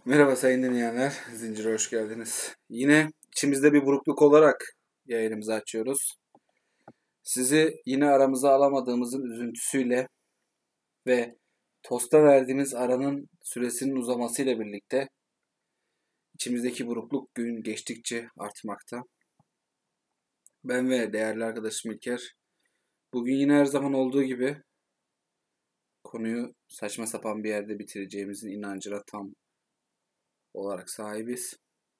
Merhaba sayın dinleyenler, Zincir'e hoş geldiniz. Yine içimizde bir burukluk olarak yayınımızı açıyoruz. Sizi yine aramıza alamadığımızın üzüntüsüyle ve tosta verdiğimiz aranın süresinin uzamasıyla birlikte içimizdeki burukluk gün geçtikçe artmakta. Ben ve değerli arkadaşım İlker, bugün yine her zaman olduğu gibi konuyu saçma sapan bir yerde bitireceğimizin inancına tam olarak sahibiz.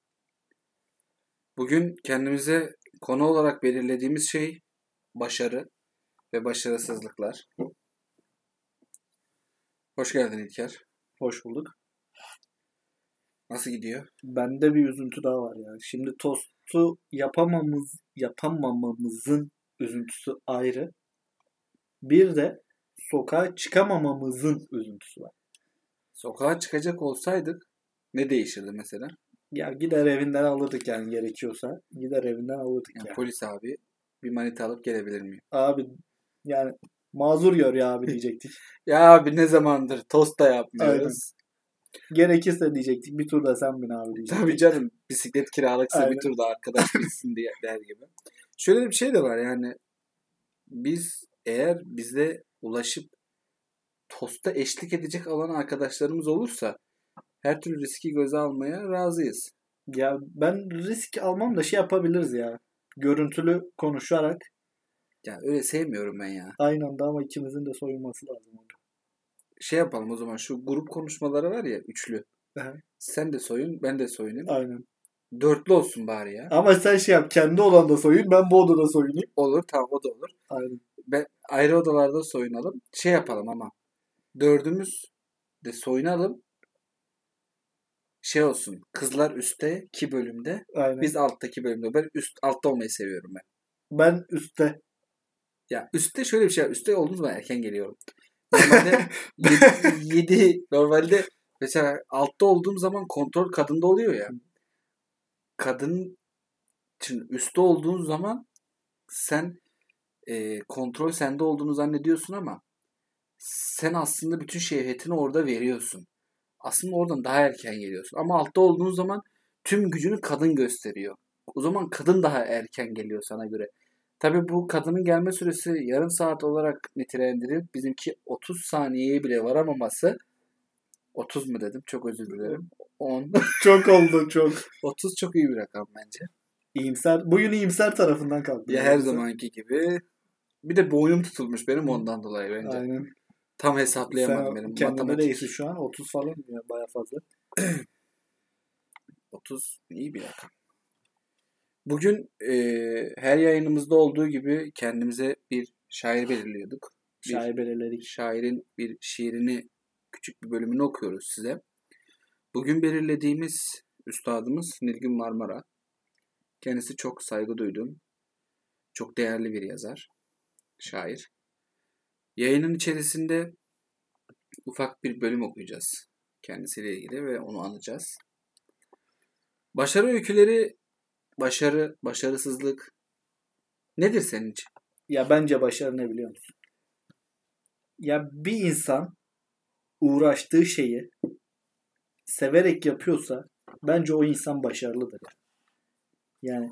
Bugün kendimize konu olarak belirlediğimiz şey başarı ve başarısızlıklar. Hoş geldin İlker. Hoş bulduk. Nasıl gidiyor? Bende bir üzüntü daha var ya. Şimdi tostu yapamamamızın üzüntüsü ayrı. Bir de sokağa çıkamamamızın üzüntüsü var. Sokağa çıkacak olsaydık ne değişirdi mesela? Ya gider evinden alırdık yani gerekiyorsa. Gider evinden alırdık Yani yani. polis abi bir manita alıp gelebilir miyim? Abi yani mazur gör ya abi diyecektik. Ya abi ne zamandır tost da yapmıyoruz. Aynen. Gerekirse diyecektik. Bir tur da sen bin abi diyecektik. Tabii canım, bisiklet kiralıksa Aynen. bir tur da arkadaş binsin diye der gibi. Şöyle bir şey de var yani, biz eğer bize ulaşıp tosta eşlik edecek olan arkadaşlarımız olursa her türlü riski göze almaya razıyız. Ya ben risk almam da şey yapabiliriz ya. Görüntülü konuşarak Ya öyle sevmiyorum ben ya. aynı anda ama ikimizin de soyunması lazım orada. Şey yapalım o zaman, şu grup konuşmaları var ya, üçlü. Aha, Sen de soyun, ben de soyunayım. aynen. Dörtlü olsun bari ya. Ama sen şey yap. Kendi odanda soyun. Ben bu odada soyunayım. Olur, tamam, o da olur. Aynen. Ayrı odalarda soyunalım. Şey yapalım ama. Dördümüz de soyunalım. Şey olsun. Kızlar üstteki bölümde. Aynen. Biz alttaki bölümde. Ben altta olmayı seviyorum ben. Ben üstte. Ya üstte şöyle bir şey var. Üstte olduğunuz zaman erken geliyorum. Normalde 7 normalde mesela altta olduğum zaman kontrol kadında oluyor ya. Kadın için üstte olduğun zaman sen kontrol sende olduğunu zannediyorsun ama sen aslında bütün şehvetini orada veriyorsun. Aslında oradan daha erken geliyorsun. Ama altta olduğun zaman tüm gücünü kadın gösteriyor. O zaman kadın daha erken geliyor sana göre. Tabii bu kadının gelme süresi yarım saat olarak nitelendirilip bizimki 30 saniyeye bile varamaması. 30 mu dedim? Çok özür dilerim. 10. Çok oldu çok. 30 çok iyi bir rakam bence. İyimser. Bugün iyimser tarafından kalktım. Ya her zamanki gibi. Bir de boynum tutulmuş benim ondan dolayı bence. Aynen. Tam hesaplayamadım Sen benim. kendine Matematik. değilsin şu an. 30 falan ya baya fazla. 30 iyi bir rakam. Bugün her yayınımızda olduğu gibi kendimize bir şair belirliyorduk. Şair belirledik. Şairin bir şiirini, küçük bir bölümünü okuyoruz size. Bugün belirlediğimiz üstadımız Nilgün Marmara. Kendisi çok saygı duyduğum, çok değerli bir yazar, şair. Yayının içerisinde ufak bir bölüm okuyacağız kendisiyle ilgili ve onu anacağız. Başarı öyküleri, başarı, başarısızlık nedir senin için? Ya bence başarı ne biliyor musun? Ya bir insan uğraştığı şeyi severek yapıyorsa bence o insan başarılıdır. Yani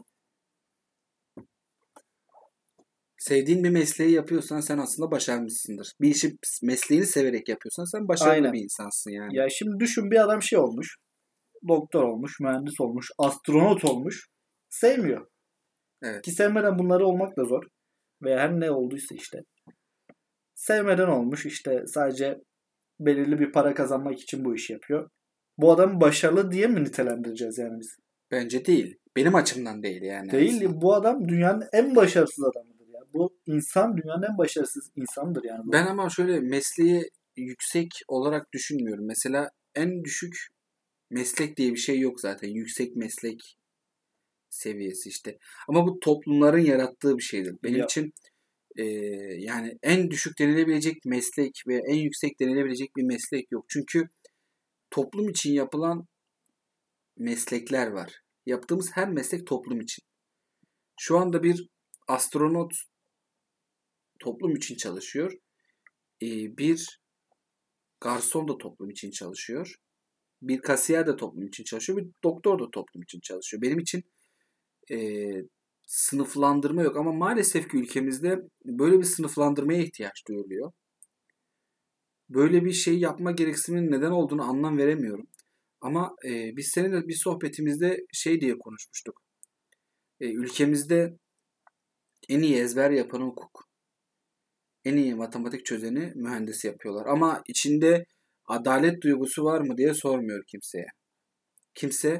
Sevdiğin bir mesleği yapıyorsan sen aslında başarmışsındır. Bir işi, mesleğini severek yapıyorsan sen başarılı aynen. bir insansın yani. Ya şimdi düşün, bir adam şey olmuş. Doktor olmuş, mühendis olmuş, astronot olmuş. Sevmiyor. Evet. Ki sevmeden bunları olmak da zor. Veya her ne olduysa işte. Sevmeden olmuş, işte sadece belirli bir para kazanmak için bu işi yapıyor. Bu adamı başarılı diye mi nitelendireceğiz yani biz? Bence değil. Benim açımdan değil yani. Değil. Aslında. Bu adam dünyanın en başarısız adamıdır. Ya. Bu insan dünyanın en başarısız insanıdır yani. Bu. Ben ama şöyle mesleği yüksek olarak düşünmüyorum. Mesela en düşük meslek diye bir şey yok zaten. Yüksek meslek seviyesi işte. Ama bu toplumların yarattığı bir şeydir. Benim için yani en düşük denilebilecek meslek ve en yüksek denilebilecek bir meslek yok. Çünkü toplum için yapılan meslekler var. Yaptığımız her meslek toplum için. Şu anda bir astronot toplum için çalışıyor. Bir garson da toplum için çalışıyor. Bir kasiyer de toplum için çalışıyor. Bir doktor da toplum için çalışıyor. Benim için sınıflandırma yok. Ama maalesef ki ülkemizde böyle bir sınıflandırmaya ihtiyaç duyuluyor. Böyle bir şey yapma gereksiniminin neden olduğunu anlam veremiyorum. Ama biz seninle bir sohbetimizde şey diye konuşmuştuk. Ülkemizde en iyi ezber yapanı hukuk. En iyi matematik çözeni mühendis yapıyorlar. Ama içinde adalet duygusu var mı diye sormuyor kimseye. Kimse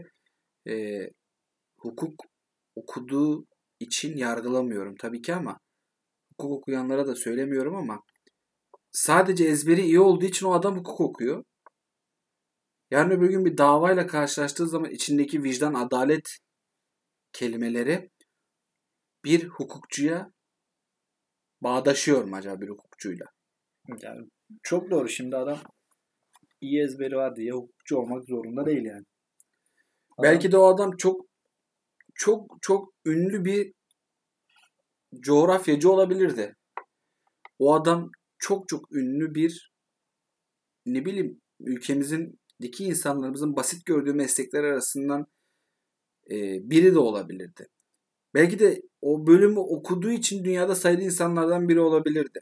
hukuk okuduğu için yargılamıyorum tabii ki ama hukuk okuyanlara da söylemiyorum ama sadece ezberi iyi olduğu için o adam hukuk okuyor. Yarın öbür gün bir davayla karşılaştığı zaman içindeki vicdan, adalet kelimeleri bir hukukçuya bağdaşıyor mu acaba bir hukukçuyla? Yani çok doğru. Şimdi adam iyi ezberi var diye hukukçu olmak zorunda değil yani. Belki de o adam çok ünlü bir coğrafyacı olabilirdi. O adam çok ünlü bir ne bileyim ülkemizdeki insanlarımızın basit gördüğü meslekler arasından biri de olabilirdi. Belki de o bölümü okuduğu için dünyada sayılı insanlardan biri olabilirdi.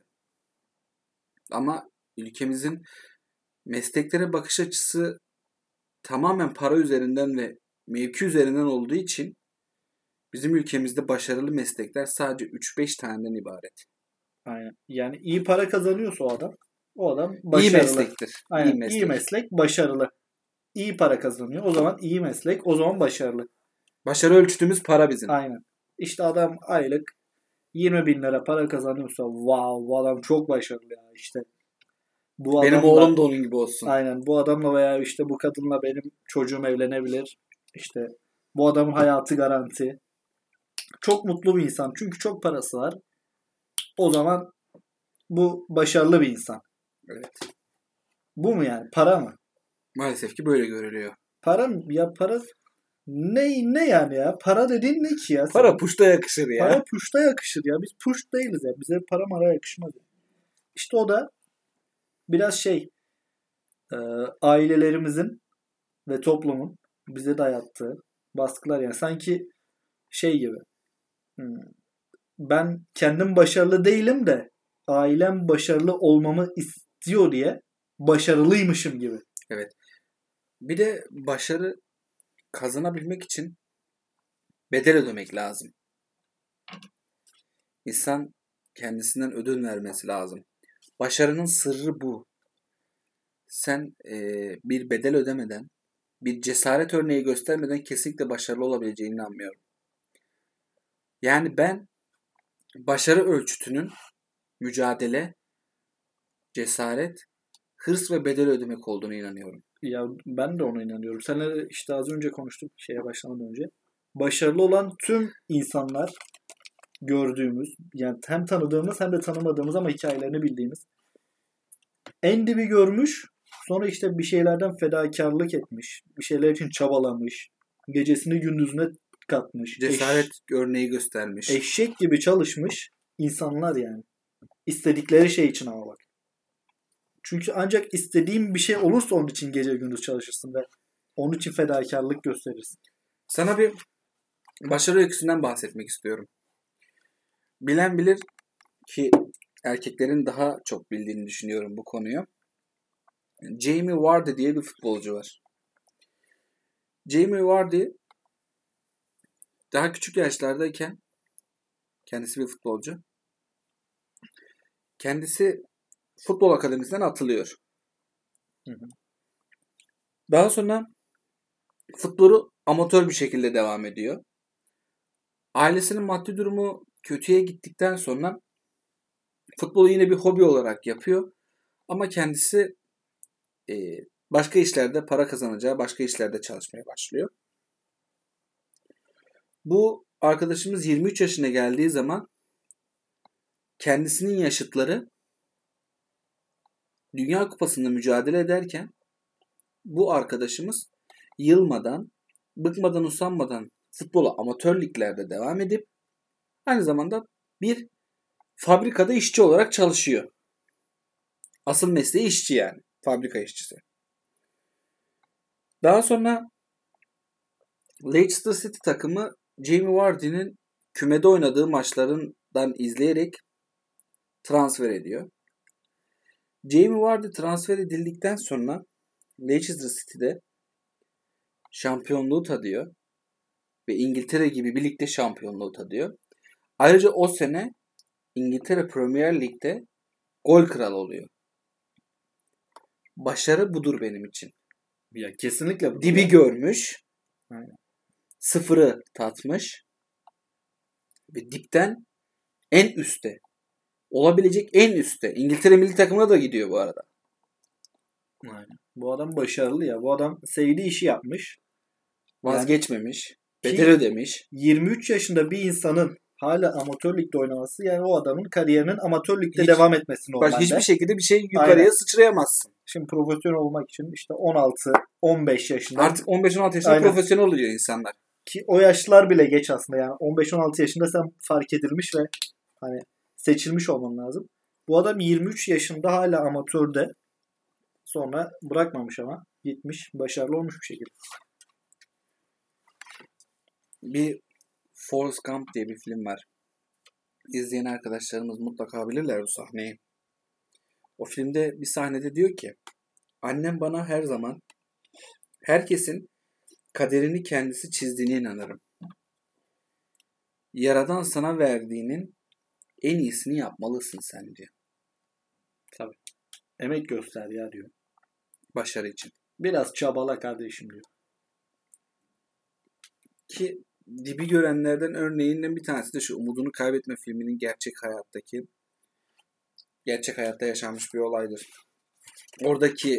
Ama ülkemizin mesleklere bakış açısı tamamen para üzerinden ve mevki üzerinden olduğu için bizim ülkemizde başarılı meslekler sadece 3-5 taneden ibaret. Aynen. Yani iyi para kazanıyorsa o adam başarılı. İyi meslektir. Aynen. İyi meslek başarılı. İyi para kazanıyor. O zaman iyi meslek, o zaman başarılı. Başarı ölçütümüz para bizim. Aynen. İşte adam aylık 20 bin lira para kazanıyorsa wow, bu adam çok başarılı ya işte. Benim oğlum da onun gibi olsun. Aynen. Bu adamla veya işte bu kadınla benim çocuğum evlenebilir. İşte bu adamın hayatı garanti. Çok mutlu bir insan. Çünkü çok parası var. O zaman bu başarılı bir insan. Evet. Bu mu yani? Para mı? Maalesef ki böyle görülüyor. Para mı? Ya para ne yani ya? Para dediğin ne ki ya? Para puşta yakışır ya. Para puşta yakışır ya. Biz puş değiliz ya. Bize para mara yakışmaz. İşte o da biraz ailelerimizin ve toplumun bize dayattığı baskılar yani. Sanki şey gibi. Ben kendim başarılı değilim de ailem başarılı olmamı istiyor diye başarılıymışım gibi. Evet. Bir de başarı kazanabilmek için bedel ödemek lazım. İnsan kendisinden ödün vermesi lazım. Başarının sırrı bu. Sen bir bedel ödemeden, bir cesaret örneği göstermeden kesinlikle başarılı olabileceğine inanmıyorum. Yani ben başarı ölçütünün mücadele, cesaret, hırs ve bedel ödemek olduğunu inanıyorum. Ya ben de ona inanıyorum. Seninle işte az önce konuştuk şeye başlamadan önce. Başarılı olan tüm insanlar gördüğümüz, yani hem tanıdığımız hem de tanımadığımız ama hikayelerini bildiğimiz, en dibi görmüş, sonra işte bir şeylerden fedakarlık etmiş, bir şeyler için çabalamış, gecesini gündüzüne katmış, cesaret örneği göstermiş, eşek gibi çalışmış insanlar yani. İstedikleri şey için ama bak. Çünkü ancak istediğin bir şey olursa onun için gece gündüz çalışırsın ve onun için fedakarlık gösterirsin. Sana bir başarı öyküsünden bahsetmek istiyorum. Bilen bilir ki erkeklerin daha çok bildiğini düşünüyorum bu konuyu. Jamie Vardy diye bir futbolcu var. Jamie Vardy daha küçük yaşlardayken kendisi bir futbolcu. Kendisi futbol akademisinden atılıyor. Daha sonra futbolu amatör bir şekilde devam ediyor. Ailesinin maddi durumu kötüye gittikten sonra futbolu yine bir hobi olarak yapıyor. Ama kendisi başka işlerde para kazanacağı başka işlerde çalışmaya başlıyor. Bu arkadaşımız 23 yaşına geldiği zaman kendisinin yaşıtları Dünya Kupası'nda mücadele ederken bu arkadaşımız yılmadan, bıkmadan, usanmadan futbola amatör liglerde devam edip aynı zamanda bir fabrikada işçi olarak çalışıyor. Asıl mesleği işçi yani. Fabrika işçisi. Daha sonra Leicester City takımı Jamie Vardy'nin kümede oynadığı maçlarından izleyerek transfer ediyor. Jamie Vardy transfer edildikten sonra Leicester City'de şampiyonluğu tadıyor. Ve İngiltere gibi bir ligde şampiyonluğu tadıyor. Ayrıca o sene İngiltere Premier Lig'de gol kralı oluyor. Başarı budur benim için. Ya kesinlikle budur. Dibi ya. görmüş. Aynen. Sıfırı tatmış. Ve dipten en üste. Olabilecek en üste. İngiltere milli takımına da gidiyor bu arada. Aynen. Bu adam başarılı ya. Bu adam sevdiği işi yapmış. Vazgeçmemiş. Ki- Bedel ödemiş. 23 yaşında bir insanın hala amatör ligde oynaması yani o adamın kariyerinin amatör ligde Hiç- devam etmesi normalde. Hiçbir şekilde bir şey yukarıya Aynen. sıçrayamazsın. Şimdi profesyonel olmak için işte 16-15 yaşında. Artık 15-16 yaşında Aynen. profesyonel oluyor insanlar. Ki o yaşlar bile geç aslında yani 15-16 yaşında sen fark edilmiş ve hani seçilmiş olman lazım. Bu adam 23 yaşında hala amatörde, sonra bırakmamış ama gitmiş başarılı olmuş bir şekilde. Bir Forrest Gump diye bir film var. İzleyen arkadaşlarımız mutlaka bilirler bu sahneyi. O filmde bir sahnede diyor ki, annem bana her zaman herkesin kaderini kendisi çizdiğine inanırım. Yaradan sana verdiğinin en iyisini yapmalısın sen diyor. Tabii. Emek göster ya diyor. Başarı için. Biraz çabala kardeşim diyor. Ki dibi görenlerden örneğinden bir tanesi de şu Umudunu Kaybetme filminin gerçek hayatta yaşanmış bir olaydır. Oradaki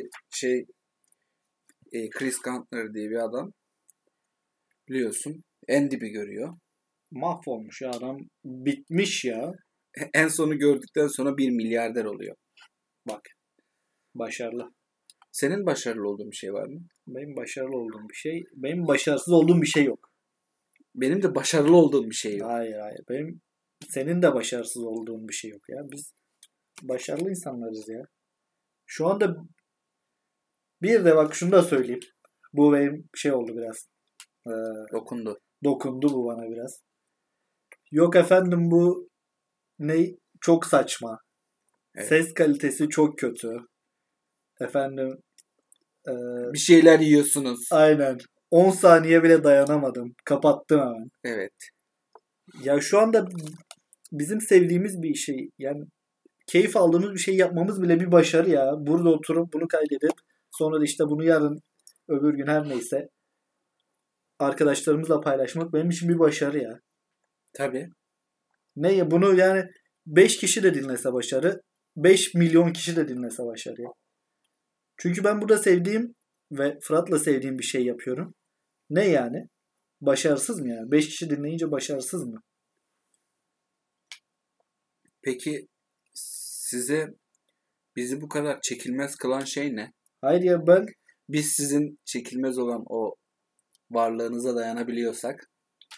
Chris Gardner diye bir adam, biliyorsun, en dibi görüyor. Mahvolmuş ya adam. Bitmiş ya. En sonu gördükten sonra bir milyarder oluyor. Bak. Başarılı. Senin başarılı olduğun bir şey var mı? Benim başarılı olduğum bir şey. Benim başarısız olduğum bir şey yok. Benim de başarılı olduğum bir şey yok. Hayır. Senin de başarısız olduğun bir şey yok ya. Biz başarılı insanlarız ya. Şu anda bir de bak şunu da söyleyeyim. Bu benim şey oldu biraz. Dokundu. Dokundu bu bana biraz. Yok efendim bu ne çok saçma. Evet. Ses kalitesi çok kötü. Efendim Bir şeyler yiyorsunuz. aynen. 10 saniye bile dayanamadım. Kapattım hemen. Evet. Ya şu anda bizim sevdiğimiz bir şey, yani keyif aldığımız bir şey yapmamız bile bir başarı ya. Burada oturup bunu kaydedip sonra da işte bunu yarın öbür gün her neyse arkadaşlarımızla paylaşmak benim için bir başarı ya. Tabii. Ne ya bunu yani 5 kişi de dinlese başarı, 5 milyon kişi de dinlese başarı ya. Çünkü ben burada sevdiğim ve Fırat'la sevdiğim bir şey yapıyorum. Ne yani? Başarısız mı yani? 5 kişi dinleyince başarısız mı? Peki size bizi bu kadar çekilmez kılan şey ne? Hayır ya ben Biz sizin çekilmez olan o varlığınıza dayanabiliyorsak,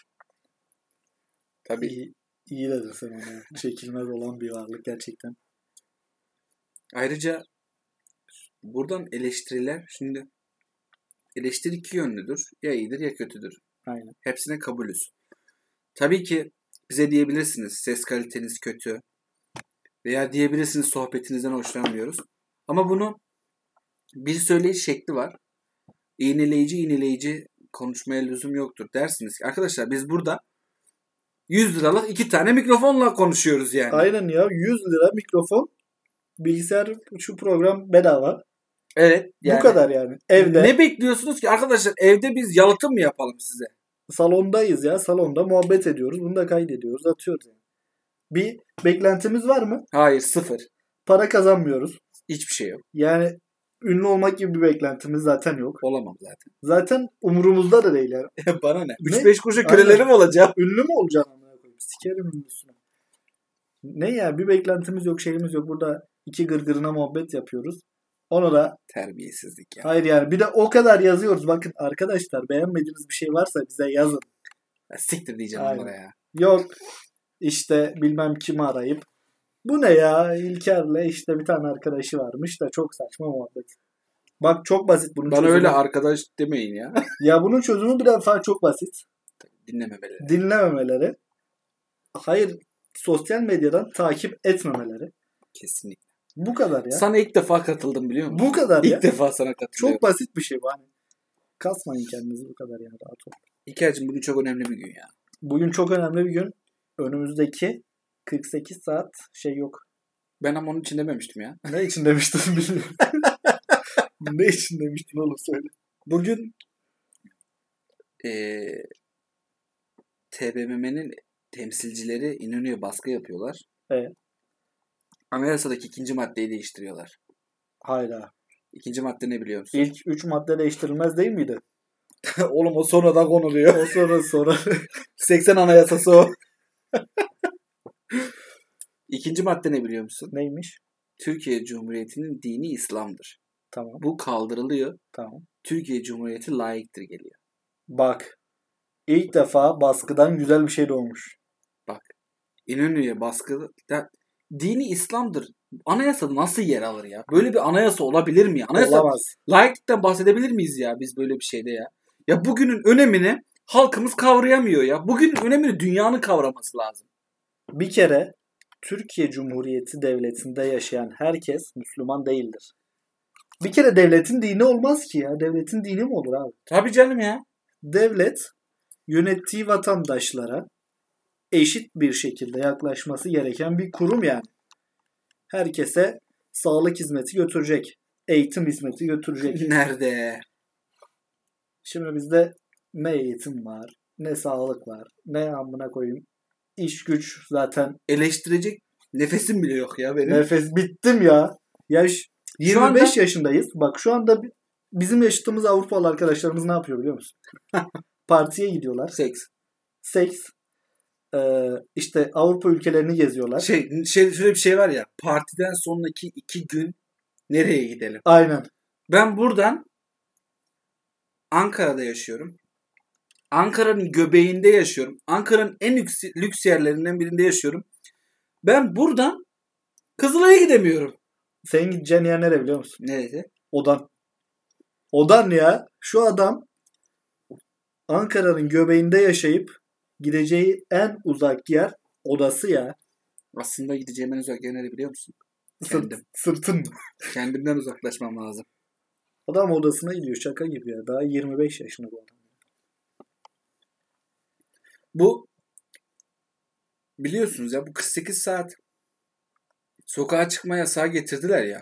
tabii. iyi dedin sen ona ya. Çekilmez olan bir varlık gerçekten. Ayrıca buradan eleştiriler, şimdi eleştiri iki yönlüdür. Ya iyidir ya kötüdür. Aynen. Hepsine kabulüz. Tabii ki bize diyebilirsiniz ses kaliteniz kötü. Veya diyebilirsiniz sohbetinizden hoşlanmıyoruz. Ama bunu bir söyleyiş şekli var. İğneleyici konuşmaya lüzum yoktur dersiniz ki, arkadaşlar biz burada 100 liralık 2 tane mikrofonla konuşuyoruz yani. Aynen ya 100 lira mikrofon, bilgisayar, şu program bedava. Evet. Yani, bu kadar yani. Evde. Ne bekliyorsunuz ki arkadaşlar, evde biz yalıtım mı yapalım size? Salondayız ya. Salonda muhabbet ediyoruz. Bunu da kaydediyoruz. Atıyoruz yani. Bir beklentimiz var mı? Hayır, sıfır. Para kazanmıyoruz. Hiçbir şey yok. Yani ünlü olmak gibi bir beklentimiz zaten yok. Olamam zaten. Zaten umurumuzda da değil yani. Bana ne? Ne? 3-5 kuruşa kölelerim olacak. Ünlü mü olacaksın amına koyayım? Sikerim ünlüsünü. Ne ya? Bir beklentimiz yok, şeyimiz yok. Burada iki gırgırına muhabbet yapıyoruz. Onu da Terbiyesizlik ya. hayır yani. Bir de o kadar yazıyoruz. Bakın arkadaşlar, beğenmediğiniz bir şey varsa bize yazın. Siktir diyeceğim Aynen. onlara ya. Yok işte bilmem kimi arayıp bu ne ya, İlker'le işte bir tane arkadaşı varmış da çok saçma muhabbet. Bak çok basit bunun Bana çözümü. öyle arkadaş demeyin ya. Ya bunun çözümü bir defa çok basit. Dinlememeleri. Dinlememeleri. Hayır, sosyal medyadan takip etmemeleri. Kesinlikle. Bu kadar ya. Sana ilk defa katıldım biliyor musun? Bu kadar ya. İlk defa sana katılıyorum. Çok basit bir şey bu hani. Kasmayın kendinizi bu kadar yani, rahat olun. İlker'cim bugün çok önemli bir gün ya. Bugün çok önemli bir gün. Önümüzdeki 48 saat şey yok. Ben ama onun için dememiştim ya. Ne için demiştin bilmiyorum. Ne için demiştin oğlum, söyle. Bugün TBMM'nin temsilcileri İnönü'ye baskı yapıyorlar. Evet. Anayasadaki 2. maddeyi değiştiriyorlar. Hayda. 2. madde ne biliyor musun? İlk 3 madde değiştirilmez değil miydi? Oğlum o sonradan konuluyor. O sonra. 80 anayasası o. 2. madde ne biliyor musun? Neymiş? Türkiye Cumhuriyeti'nin dini İslam'dır. Tamam. Bu kaldırılıyor. Tamam. Türkiye Cumhuriyeti laiktir geliyor. Bak. İlk defa baskıdan güzel bir şey doğmuş. Bak. İnönü'ye baskı... Ya, dini İslam'dır. Anayasada nasıl yer alır ya? Böyle bir anayasa olabilir mi ya? Olamaz. Laiklikten bahsedebilir miyiz ya biz böyle bir şeyde ya? Ya bugünün önemini halkımız kavrayamıyor ya. Bugünün önemini dünyanın kavraması lazım. Bir kere Türkiye Cumhuriyeti Devleti'nde yaşayan herkes Müslüman değildir. Bir kere devletin dini olmaz ki ya. Devletin dini mi olur abi? Tabii canım ya. Devlet yönettiği vatandaşlara eşit bir şekilde yaklaşması gereken bir kurum yani. Herkese sağlık hizmeti götürecek. Eğitim hizmeti götürecek. Nerede? Şimdi bizde ne eğitim var, ne sağlık var, ne amına koyayım. İş güç zaten. Eleştirecek nefesim bile yok ya benim. Nefes bittim ya. Yaş 25 yaşındayız. Bak şu anda bizim yaşıtımız Avrupalı arkadaşlarımız ne yapıyor biliyor musun? Partiye gidiyorlar. Seks. İşte Avrupa ülkelerini geziyorlar. Şöyle bir şey var ya. Partiden sonraki 2 gün nereye gidelim? Aynen. Ben buradan Ankara'da yaşıyorum. Ankara'nın göbeğinde yaşıyorum. Ankara'nın en lüks yerlerinden birinde yaşıyorum. Ben buradan Kızılay'a gidemiyorum. Senin gideceğin yer nere biliyor musun? Nerede? Odan. Odan ya. Şu adam Ankara'nın göbeğinde yaşayıp gideceği en uzak yer odası ya. Aslında gideceğim en uzak yer nerede biliyor musun? Sırtın mı? Kendimden uzaklaşmam lazım. Adam odasına gidiyor, şaka gibi ya. Daha 25 yaşında bu adam. Bu biliyorsunuz ya bu 48 saat sokağa çıkma yasağı getirdiler ya.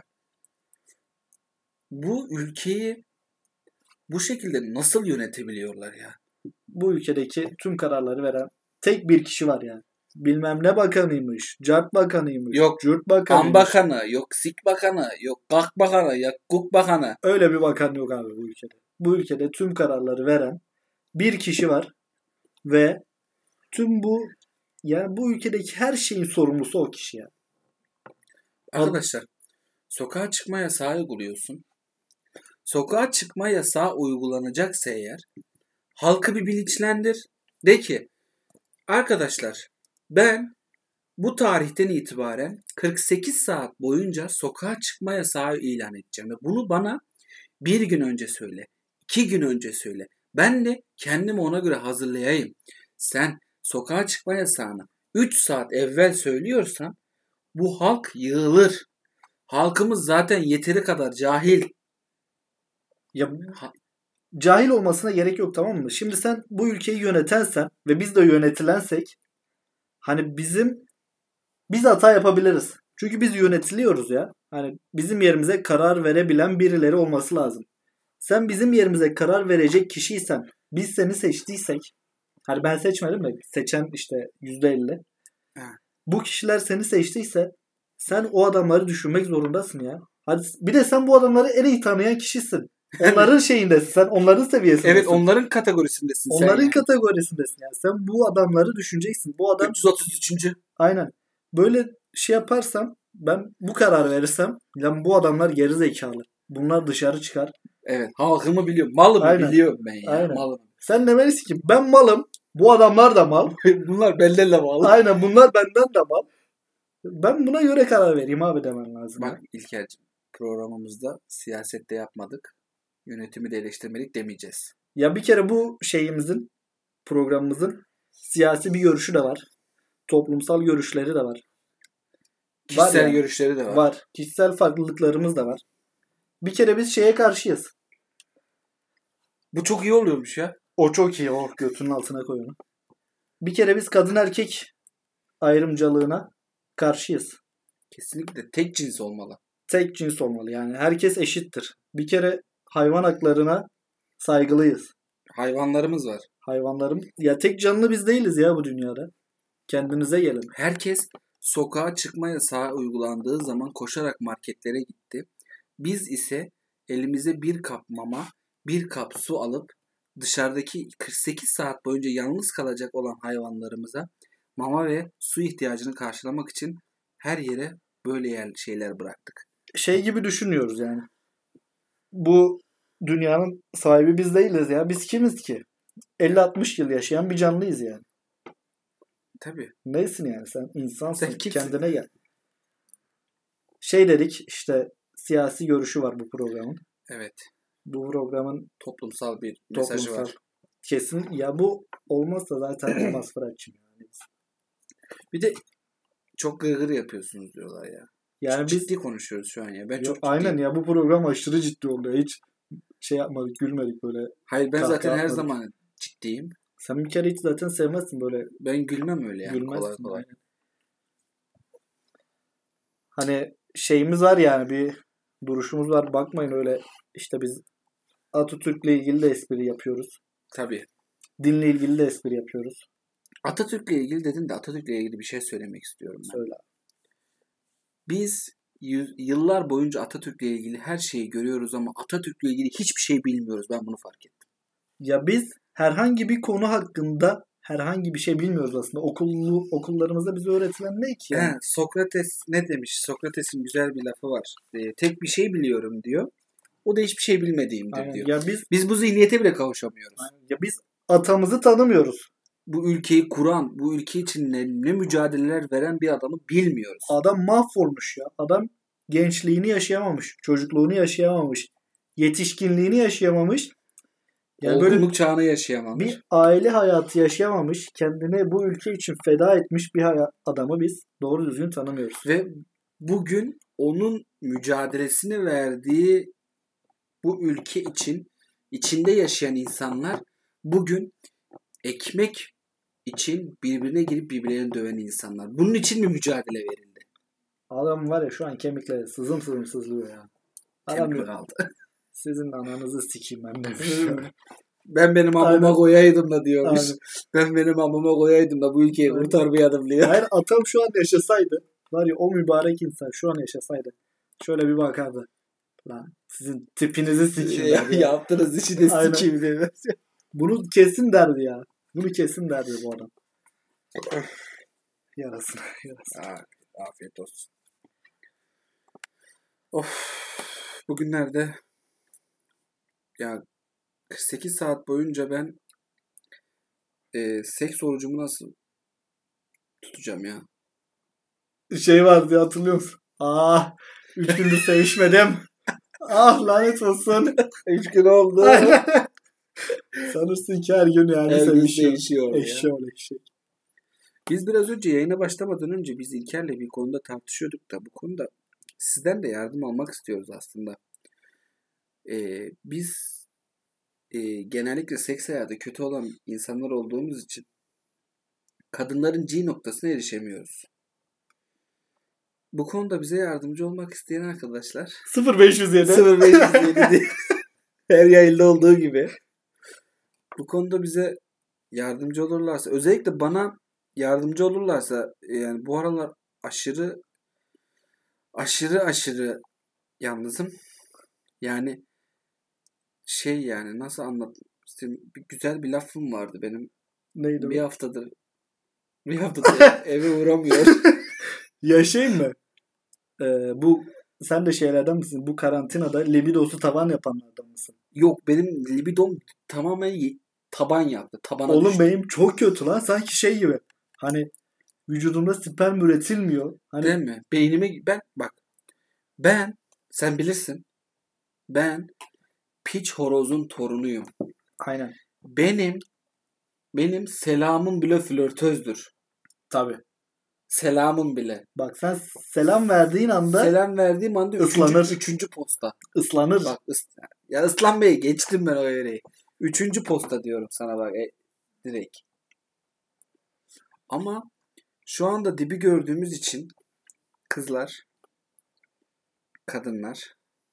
Bu ülkeyi bu şekilde nasıl yönetebiliyorlar ya? Bu ülkedeki tüm kararları veren tek bir kişi var yani. Bilmem ne bakanıymış, cart bakanıymış, Yok cürt bakanıymış. An bakanı, yok sik bakanı, yok kalk bakanı, yok kuk bakanı. Öyle bir bakan yok abi bu ülkede. Bu ülkede tüm kararları veren bir kişi var ve tüm bu, yani bu ülkedeki her şeyin sorumlusu o kişi ya. Arkadaşlar, sokağa çıkma yasağı uyguluyorsun. Sokağa çıkma yasağı uygulanacaksa eğer halkı bir bilinçlendir. De ki arkadaşlar ben bu tarihten itibaren 48 saat boyunca sokağa çıkma yasağı ilan edeceğim. Ve bunu bana 1 gün önce söyle, 2 gün önce söyle. Ben de kendimi ona göre hazırlayayım. Sen sokağa çıkma yasağını 3 saat evvel söylüyorsan bu halk yığılır. Halkımız zaten yeteri kadar cahil. Ya cahil olmasına gerek yok, tamam mı? Şimdi sen bu ülkeyi yönetensen ve biz de yönetilensek hani biz hata yapabiliriz. Çünkü biz yönetiliyoruz ya. Hani bizim yerimize karar verebilen birileri olması lazım. Sen bizim yerimize karar verecek kişiysen, biz seni seçtiysek, hani ben seçmedim de seçen işte %50. Bu kişiler seni seçtiyse sen o adamları düşünmek zorundasın ya. Hadi bir de sen bu adamları en iyi tanıyan kişisin. Onların şeyindesin. Sen onların seviyesindesin. Evet, onların kategorisindesin sen. Onların kategorisindesin yani. Sen bu adamları düşüneceksin. Bu adam 333. Aynen. Böyle şey yaparsam, ben bu karar verirsem, ya bu adamlar geri zekalı. Bunlar dışarı çıkar. Evet. Halkımı biliyorum. Malımı Aynen. biliyorum ben ya. Aynen. Malımı. Sen demelisin ki ben malım. Bu adamlar da mal. Bunlar bellerle mal. Aynen, bunlar benden de mal. Ben buna göre karar vereyim abi demen lazım. Bak İlker'cim. programımızda siyasette yapmadık. Yönetimi de eleştirmedik demeyeceğiz. Ya bir kere bu şeyimizin, programımızın siyasi bir görüşü de var. Toplumsal görüşleri de var. Kişisel yani. görüşleri de var. Var. Kişisel farklılıklarımız da var. Bir kere biz şeye karşıyız. Bu çok iyi oluyormuş ya. O çok iyi. O götünün altına koy onu. Bir kere biz kadın erkek ayrımcılığına karşıyız. Kesinlikle tek cins olmalı. Tek cins olmalı. Yani herkes eşittir. Bir kere hayvan haklarına saygılıyız. Hayvanlarımız var. Hayvanların ya tek canlı biz değiliz ya bu dünyada. Kendinize gelin. Herkes sokağa çıkma yasağı uygulandığı zaman koşarak marketlere gitti. Biz ise elimize bir kap mama, bir kap su alıp dışarıdaki 48 saat boyunca yalnız kalacak olan hayvanlarımıza mama ve su ihtiyacını karşılamak için her yere böyle şeyler bıraktık. Şey gibi düşünüyoruz yani. Bu dünyanın sahibi biz değiliz ya. Biz kimiz ki? 50-60 yıl yaşayan bir canlıyız yani. Tabii. Neysin yani sen insansın. Sen kimsin? Kendine gel. Şey dedik işte siyasi görüşü var bu programın. Evet. Bu programın Toplumsal bir mesajı var. Kesin. Ya bu olmazsa zaten olmaz Fırat'cığım. Yani. Bir de çok gırgır yapıyorsunuz diyorlar ya. Yani çok biz ciddi konuşuyoruz şu an ya. Ben çok ciddiyim. Aynen ya bu program aşırı ciddi oluyor. Hiç şey yapmadık, gülmedik böyle. Hayır ben zaten her atmadık. zaman ciddiyim. Sen bir kere hiç zaten sevmezsin böyle. Ben gülmem öyle yani Gülmezsin kolay kolay. Yani. Hani şeyimiz var yani bir duruşumuz var. Bakmayın öyle işte biz Atatürk'le ilgili de espri yapıyoruz. Tabii. Dinle ilgili de espri yapıyoruz. Atatürk'le ilgili dedin de Atatürk'le ilgili bir şey söylemek istiyorum ben. Söyle. Biz yıllar boyunca Atatürk'le ilgili her şeyi görüyoruz ama Atatürk'le ilgili hiçbir şey bilmiyoruz. Ben bunu fark ettim. Ya biz herhangi bir konu hakkında herhangi bir şey bilmiyoruz aslında. Okullarımızda bize öğretilen ne ki? Yani? Sokrates ne demiş? Sokrates'in güzel bir lafı var. Tek bir şey biliyorum diyor. O da hiçbir şey bilmediğimdir Aynen. diyor. Ya biz bu zihniyete bile kavuşamıyoruz. Aynen. Ya biz atamızı tanımıyoruz. Bu ülkeyi kuran, bu ülke için ne mücadeleler veren bir adamı bilmiyoruz. Adam mahvolmuş ya. Adam gençliğini yaşayamamış. Çocukluğunu yaşayamamış. Yetişkinliğini yaşayamamış. Yani olgunluk çağını yaşayamamış. Bir aile hayatı yaşayamamış. Kendini bu ülke için feda etmiş bir adamı biz doğru düzgün tanımıyoruz. Ve bugün onun mücadelesini verdiği bu ülke için içinde yaşayan insanlar bugün ekmek için birbirine girip birbirlerini döven insanlar. Bunun için mi mücadele verildi? Adam var ya şu an kemikleri sızım sızım sızlıyor ya. Adam kaldı. Sizin ananızı sikeyim ben de. Ben benim amıma koyaydım da diyormuş. Aynen. Ben benim amıma koyaydım da bu ülkeyi kurtarmayalım diyor. Hayır atam şu an yaşasaydı var ya o mübarek insan şu an yaşasaydı şöyle bir bakardı. Lan sizin tipinizi sikeyim. Yaptınız işi de sikeyim diye. Bunu kesin derdi ya. Bunu kesin derdi bu adam. Yarasın. Afiyet olsun. Of. Bugünlerde ya 48 saat boyunca ben seks orucumu nasıl tutacağım ya? Şey vardı ya, hatırlıyor musun? 3 gündür sevişmedim. Lanet olsun. 3 gün oldu. Sanırsın ki her gün yani sevişiyor. Eşek. Biz biraz önce yayına başlamadan önce biz İlker'le bir konuda tartışıyorduk da bu konuda sizden de yardım almak istiyoruz aslında. Biz genellikle seks hayatı kötü olan insanlar olduğumuz için kadınların G noktasına erişemiyoruz. Bu konuda bize yardımcı olmak isteyen arkadaşlar 0507 her yayında olduğu gibi bu konuda bize yardımcı olurlarsa, özellikle bana yardımcı olurlarsa, yani bu aralar aşırı yalnızım. Yani yani nasıl anlatayım, güzel bir lafım vardı benim. Neydi bir haftadır eve uğramıyor. Yaşayayım mı? Bu sen de şeylerden misin? Bu karantinada libidosu tavan yapanlardan mısın? Yok, benim libidom tamamen taban yaptı. Tabana Oğlum düştü. Benim çok kötü lan. Sanki şey gibi. Hani vücudumda sperm üretilmiyor. Hani... Değil mi? Beynime ben Sen bilirsin. Ben piç horozun torunuyum. Aynen. Benim selamım bile flörtözdür. Tabii. Selamım bile. Bak sen selam verdiğin anda Selam verdiğim anda ıslanır. Üçüncü posta. Islanır. Bak ya ıslanmayı geçtim ben o yöreyi. Üçüncü posta diyorum sana bak direkt. Ama şu anda dibi gördüğümüz için kızlar, kadınlar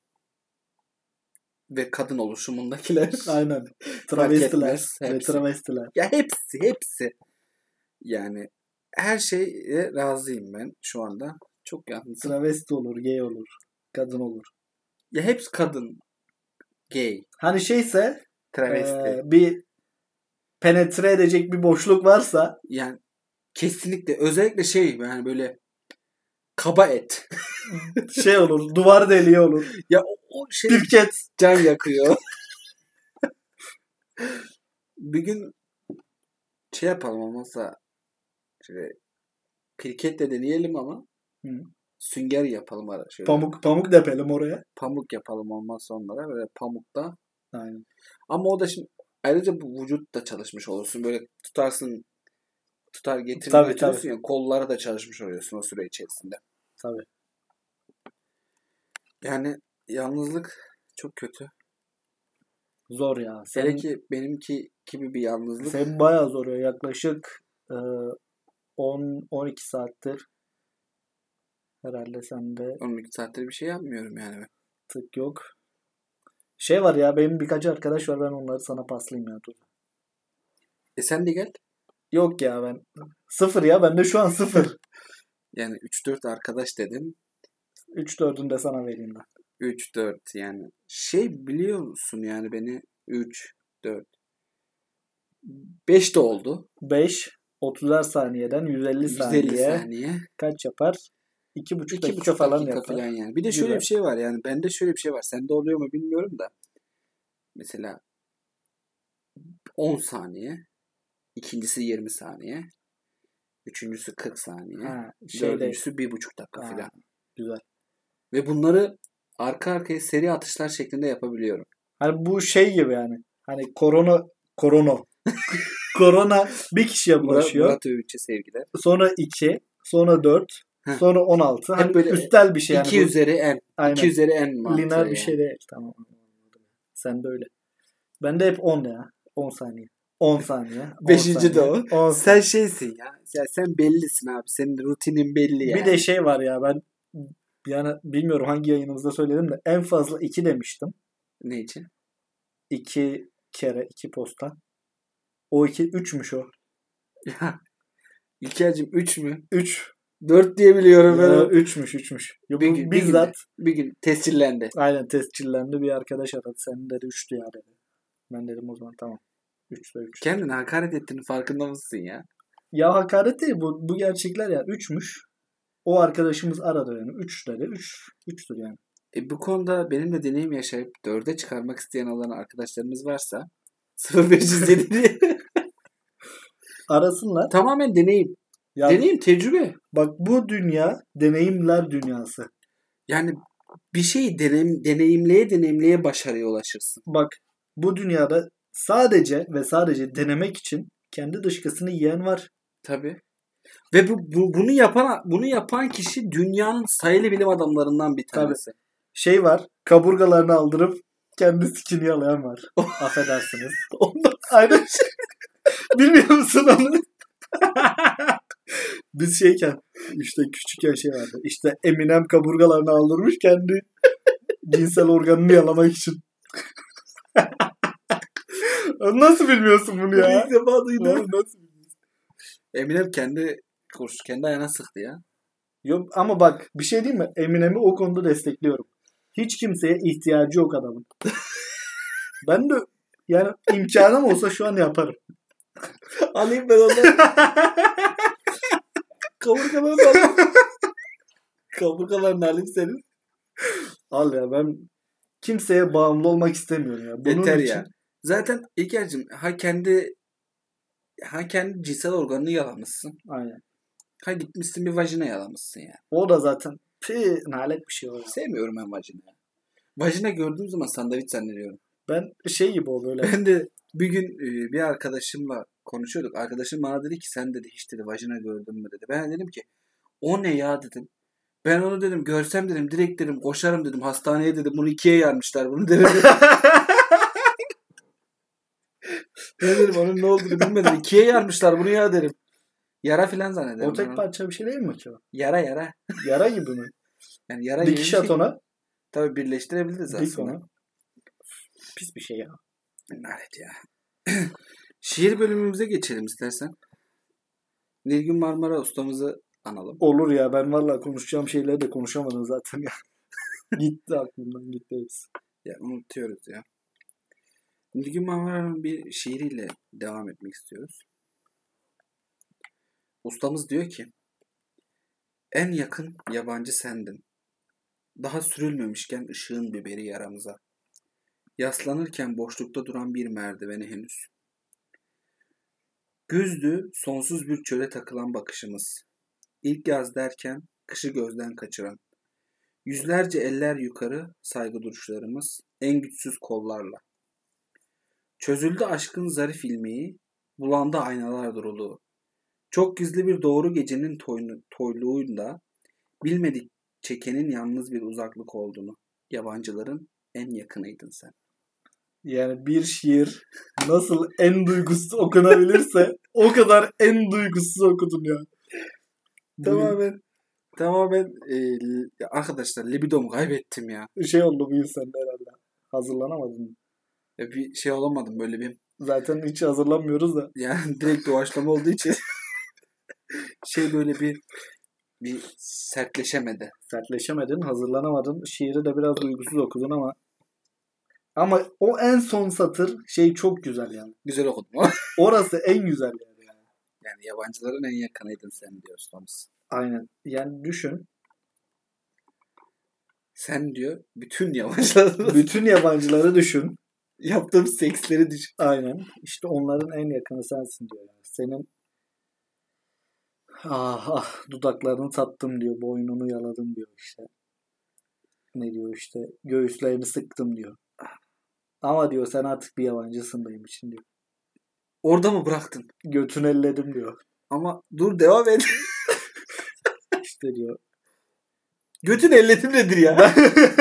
ve kadın oluşumundakiler. Aynen. Fark Travestiler etmez, ve hepsi. travestiler. Ya hepsi. Yani her şeye razıyım ben şu anda. Çok yalnızım. Travesti olur, gay olur, kadın olur. Ya hepsi kadın. Gay. Hani şeyse Travesti. bir penetre edecek bir boşluk varsa Yani kesinlikle. Özellikle yani böyle kaba et. şey olur, duvar deliği olur. Ya o şey Pirket. can yakıyor. Bir gün şey yapalım olmazsa şöyle pirket de deneyelim ama Hı. sünger yapalım ara şöyle. Pamuk depelim oraya. Pamuk yapalım olmazsa onlara böyle pamukta. Aynen. Ama o da şimdi ayrıca bu vücut da çalışmış olursun. Böyle tutar getirmeye Tabii, götürürsün tabii. ya kolları da çalışmış oluyorsun o süre içerisinde. Tabii. Yani yalnızlık çok kötü. Zor ya. Hele ki benimki gibi bir yalnızlık. Senin bayağı zor ya. Yaklaşık 10-12 saattir herhalde sende 12 saattir bir şey yapmıyorum yani ben. tık yok. Şey var ya, benim birkaç arkadaş var, ben onları sana paslayayım ya. Dur. Sen de gel. Yok ya, ben sıfır ya, bende şu an sıfır. Yani 3-4 arkadaş dedim. 3-4'ünü de sana vereyim ben. 3-4 yani. Biliyor musun yani beni 3-4 5 de oldu. 5 30'ar saniyeden 150 saniye. saniye. Kaç yapar? 2,5 dakika 2,5 falan dakika yapar. falan yani. Bir de şöyle Güzel. bir şey var yani. Bende şöyle bir şey var. Sende oluyor mu bilmiyorum da. Mesela 10 saniye. İkincisi 20 saniye. Üçüncüsü 40 saniye. Ha, Dördüncüsü 1,5 dakika Ha, falan. güzel. Ve bunları arka arkaya seri atışlar şeklinde yapabiliyorum. Hani bu şey gibi yani. Hani korona korona bir kişiye bulaşıyor. Murat Övünç'e sevgiler. Sonra 2, sonra 4, Heh. sonra 16. Hep Hani böyle üstel bir şey yani. 2 üzeri n. Aynen. 2 üzeri n mantığı Lineer bir yani. şey değil. Tamam. Sen de öyle. Ben de hep 10 ya. 10 saniye. 10 saniye. 10 Beşinci de saniye, o. 10 Sen şeysin ya. Sen bellisin abi. Senin rutinin belli yani. Bir de şey var ya, ben yani bilmiyorum hangi yayınımızda söyledim de en fazla 2 demiştim. Ne için? 2 kere 2 posta. O 2 3'müş o. Ya İlker'cim 3 mü? 3. 4 diye biliyorum ben. 3'müş. Bizzat bir gün tescillendi. aynen tescillendi, bir arkadaş aradı. Senin dedi 3'tü ya dedi. Ben dedim o zaman tamam. 3'te 3. Kendine hakaret ettiğinin farkında mısın ya? Ya hakaret değil, bu gerçekler ya. 3'müş. O arkadaşımız aradı yani. 3 dedi. 3'tür yani. Bu konuda benimle deneyim yaşayıp 4'e çıkarmak isteyen olan arkadaşlarımız varsa 0507 diye. Arasınlar. Tamamen deneyim. Ya, Deneyim, tecrübe. bak bu dünya deneyimler dünyası. Yani bir şeyi deneyimleye başarıya ulaşırsın. Bak bu dünyada sadece ve sadece denemek için kendi dışkısını yiyen var. Tabii. Ve bunu yapan kişi dünyanın sayılı bilim adamlarından bir tanesi. Tabii. Şey var, kaburgalarını aldırıp kendi sikini yalayan var. Affedersiniz. Aynen. Bilmiyor musun onu? Biz şeyken işte küçükken şey vardı. İşte Eminem kaburgalarını aldırmış kendi cinsel organını yalamak için. Nasıl bilmiyorsun bunu ya? İlk defa duydum. Nasıl bilmiyorsun? Eminem kendi ayağına sıktı ya. Yok ama bak bir şey diyeyim mi? Eminem'i o konuda destekliyorum. Hiç kimseye ihtiyacı yok adamın. Ben de yani imkanım olsa şu an yaparım. Alayım ben onu. Kaburgalarını alayım. Kaburgalarını alayım senin. Al ya, ben kimseye bağımlı olmak istemiyorum ya. Bunun Yeter için... ya. Zaten İlker'cim kendi cinsel organını yalamışsın. Aynen. Gitmişsin bir vajina yalamışsın ya. O da zaten Nalet bir şey o ya. Sevmiyorum ben vajina. Vajina gördüğüm zaman sandviç zannediyorum. Ben şey gibi o böyle. Ben de bir gün bir arkadaşımla konuşuyorduk. Arkadaşım bana dedi ki sen dedi hiç dedi vajina gördün mü dedi. Ben dedim ki o ne ya dedim. Ben onu dedim görsem dedim direkt dedim koşarım dedim hastaneye dedim bunu ikiye yarmışlar bunu dedim. Ben dedim onun ne olduğunu bilmedim. İkiye yarmışlar bunu ya derim. Yara filan zannederim. O tek parça bir şey değil mi ki o? Yara. Yara gibi mi? Yani yara gibi bir Dikiş şey. at ona. Tabii birleştirebiliriz Dik aslında. ona. Pis bir şey ya. Lanet ya. Şiir bölümümüze geçelim istersen. Nilgün Marmara ustamızı analım. Olur ya, ben vallahi konuşacağım şeyleri de konuşamadım zaten ya. Gitti aklımdan, gitti hepsi. Ya unutuyoruz ya. Nilgün Marmara'nın bir şiiriyle devam etmek istiyoruz. Ustamız diyor ki en yakın yabancı sendin. Daha sürülmemişken ışığın biberi yaramıza. Yaslanırken boşlukta duran bir merdiveni henüz. Güzdü sonsuz bir çöle takılan bakışımız. İlk yaz derken kışı gözden kaçıran. Yüzlerce eller yukarı saygı duruşlarımız en güçsüz kollarla. Çözüldü aşkın zarif ilmeği, bulandı aynalar duruluğu. Çok gizli bir doğru gecenin toyluğuyla bilmedik çekenin yalnız bir uzaklık olduğunu. Yabancıların en yakınıydın sen. Yani bir şiir nasıl en duygusuz okunabilirse o kadar en duygusuz okudun ya. Tamamen arkadaşlar libidomu kaybettim ya. Şey oldu bu insan herhalde. Hazırlanamadın. Bir şey olamadım böyle bir. Zaten hiç hazırlanmıyoruz da. Yani direkt doğaçlama olduğu için böyle bir sertleşemedi. Sertleşemedin, hazırlanamadın. Şiiri de biraz duygusuz okudun ama o en son satır çok güzel yani. Güzel okudum. Orası en güzel yani. Yani yabancıların en yakınıydın sen diyor ustamız. Aynen. Yani düşün. Sen diyor bütün yabancıları bütün yabancıları düşün. Yaptığım seksleri düşün. Aynen. İşte onların en yakını sensin diyor. Yani. Senin dudaklarını tattım diyor. Boynunu yaladım diyor işte. Ne diyor işte. Göğüslerini sıktım diyor. Ama diyor sen artık bir yabancısın benim için diyor. Orada mı bıraktın? Götünü elledim diyor. Ama dur devam et. İşte diyor. Götün elledim nedir ya?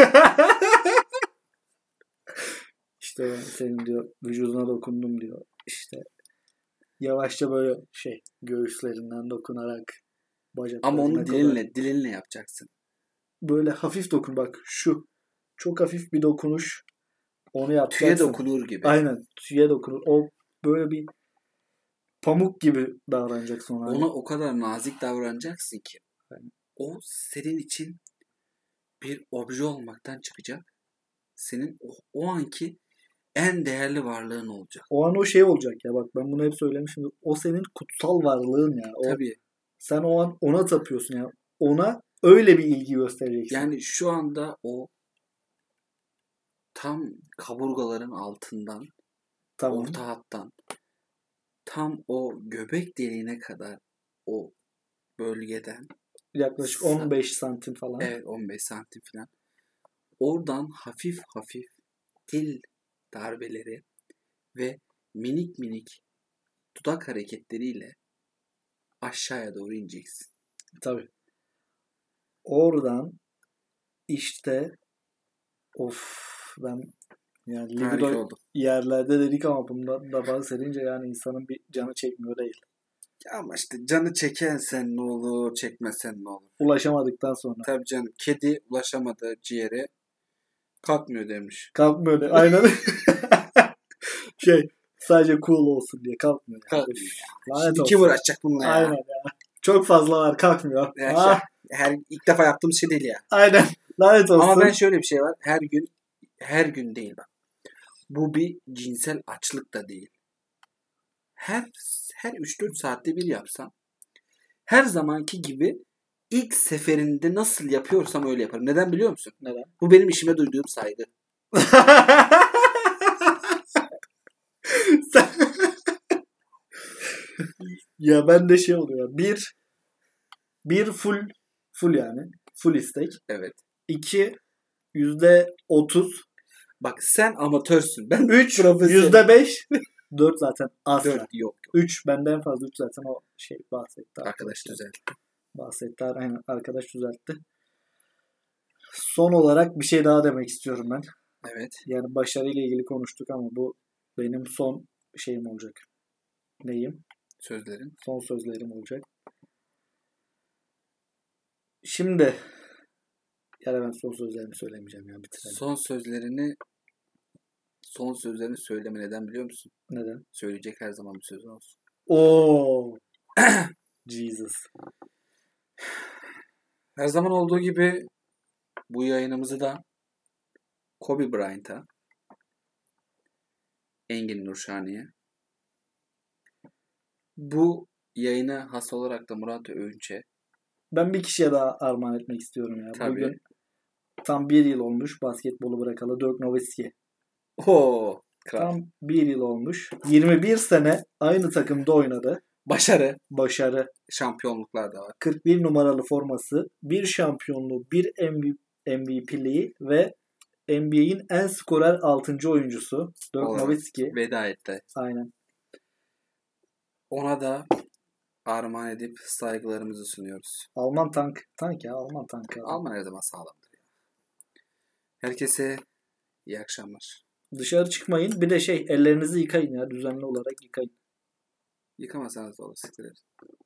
İşte ben senin diyor vücuduna dokundum diyor. İşte yavaşça böyle göğüslerinden dokunarak bacaklarına ama onu dilinle yapacaksın. Böyle hafif dokun bak şu. Çok hafif bir dokunuş. Onu yapacaksın. Tüye dokunur gibi. Aynen. Tüye dokunur. O böyle bir pamuk gibi davranacaksın ona. Ona o kadar nazik davranacaksın ki. Yani o senin için bir obje olmaktan çıkacak. Senin o anki en değerli varlığın olacak. O an o olacak ya bak ben bunu hep söylemişim. O senin kutsal varlığın ya. Tabii. Sen o an ona tapıyorsun ya. Ona öyle bir ilgi göstereceksin. Yani şu anda o tam kaburgaların altından, tamam. orta hattan, tam o göbek deliğine kadar o bölgeden yaklaşık 15 santim falan. Evet 15 santim falan. Oradan hafif hafif dil darbeleri ve minik minik dudak hareketleriyle aşağıya doğru ineceksin. Tabii. Oradan işte ben yani libido yerlerde dedik ama bundan da bahsedince yani insanın bir canı çekmiyor değil. Ya ama işte canı çeken sen ne olur, çekmesen ne olur. Ulaşamadıktan sonra. Tabii canım. Kedi ulaşamadı ciğere kalkmıyor demiş. Kalkmıyor de. Aynen. sadece cool olsun diye kalkmıyor. Yani. Kalkmıyor ya. Şimdi kim uğraşacak bununla ya? Aynen ya. Çok fazla var kalkmıyor. İlk defa yaptığım şey değil ya. Aynen. Lanet olsun. Ama ben şöyle bir şey var. Her gün değil bak. Bu bir cinsel açlık da değil. Her 3-4 saatte bir yapsam her zamanki gibi ilk seferinde nasıl yapıyorsam öyle yaparım. Neden biliyor musun? Neden? Bu benim işime duyduğum saygı. Ya ben de oluyor. Bir full yani. Full istek. Evet. 2 %30. Bak sen amatörsün. Ben 3 profesyonel. %5. 4 zaten asla. 4 yok. 3 benden fazla 3 zaten o şey bahsetti. Arkadaş düzeltti. Bahsetti. Aynen arkadaş düzeltti. Son olarak bir şey daha demek istiyorum ben. Evet. Yani başarıyla ilgili konuştuk ama bu benim son şeyim olacak. Neyim? Sözlerin. Son sözlerim olacak. Şimdi yani ben son sözlerimi söylemeyeceğim ya, bitirelim. Son sözlerini söyleme neden biliyor musun? Neden? Söyleyecek her zaman bir sözün olsun. Oo. Jesus. Her zaman olduğu gibi bu yayınımızı da Kobe Bryant'a, Engin Nurşani'ye, bu yayına has olarak da Murat Öğünç'e. Ben bir kişiye daha armağan etmek istiyorum ya. Tabii. Bugün tam 1 yıl olmuş basketbolu bırakalı, Dirk Nowitzki. Oo, kral. Tam 1 yıl olmuş. 21 sene aynı takımda oynadı. Başarı. Şampiyonluklar da var. 41 numaralı forması, bir şampiyonluğu, bir MVP'liği ve NBA'in en skorer 6. oyuncusu Dirk Nowitzki. Veda etti. Aynen. Ona da armağan edip saygılarımızı sunuyoruz. Alman tank ya, Alman tankı. Alman her zaman sağlamdır. Herkese iyi akşamlar. Dışarı çıkmayın. Bir de ellerinizi yıkayın ya, düzenli olarak yıkayın. Yıkamasanız da olur. Siktir edin.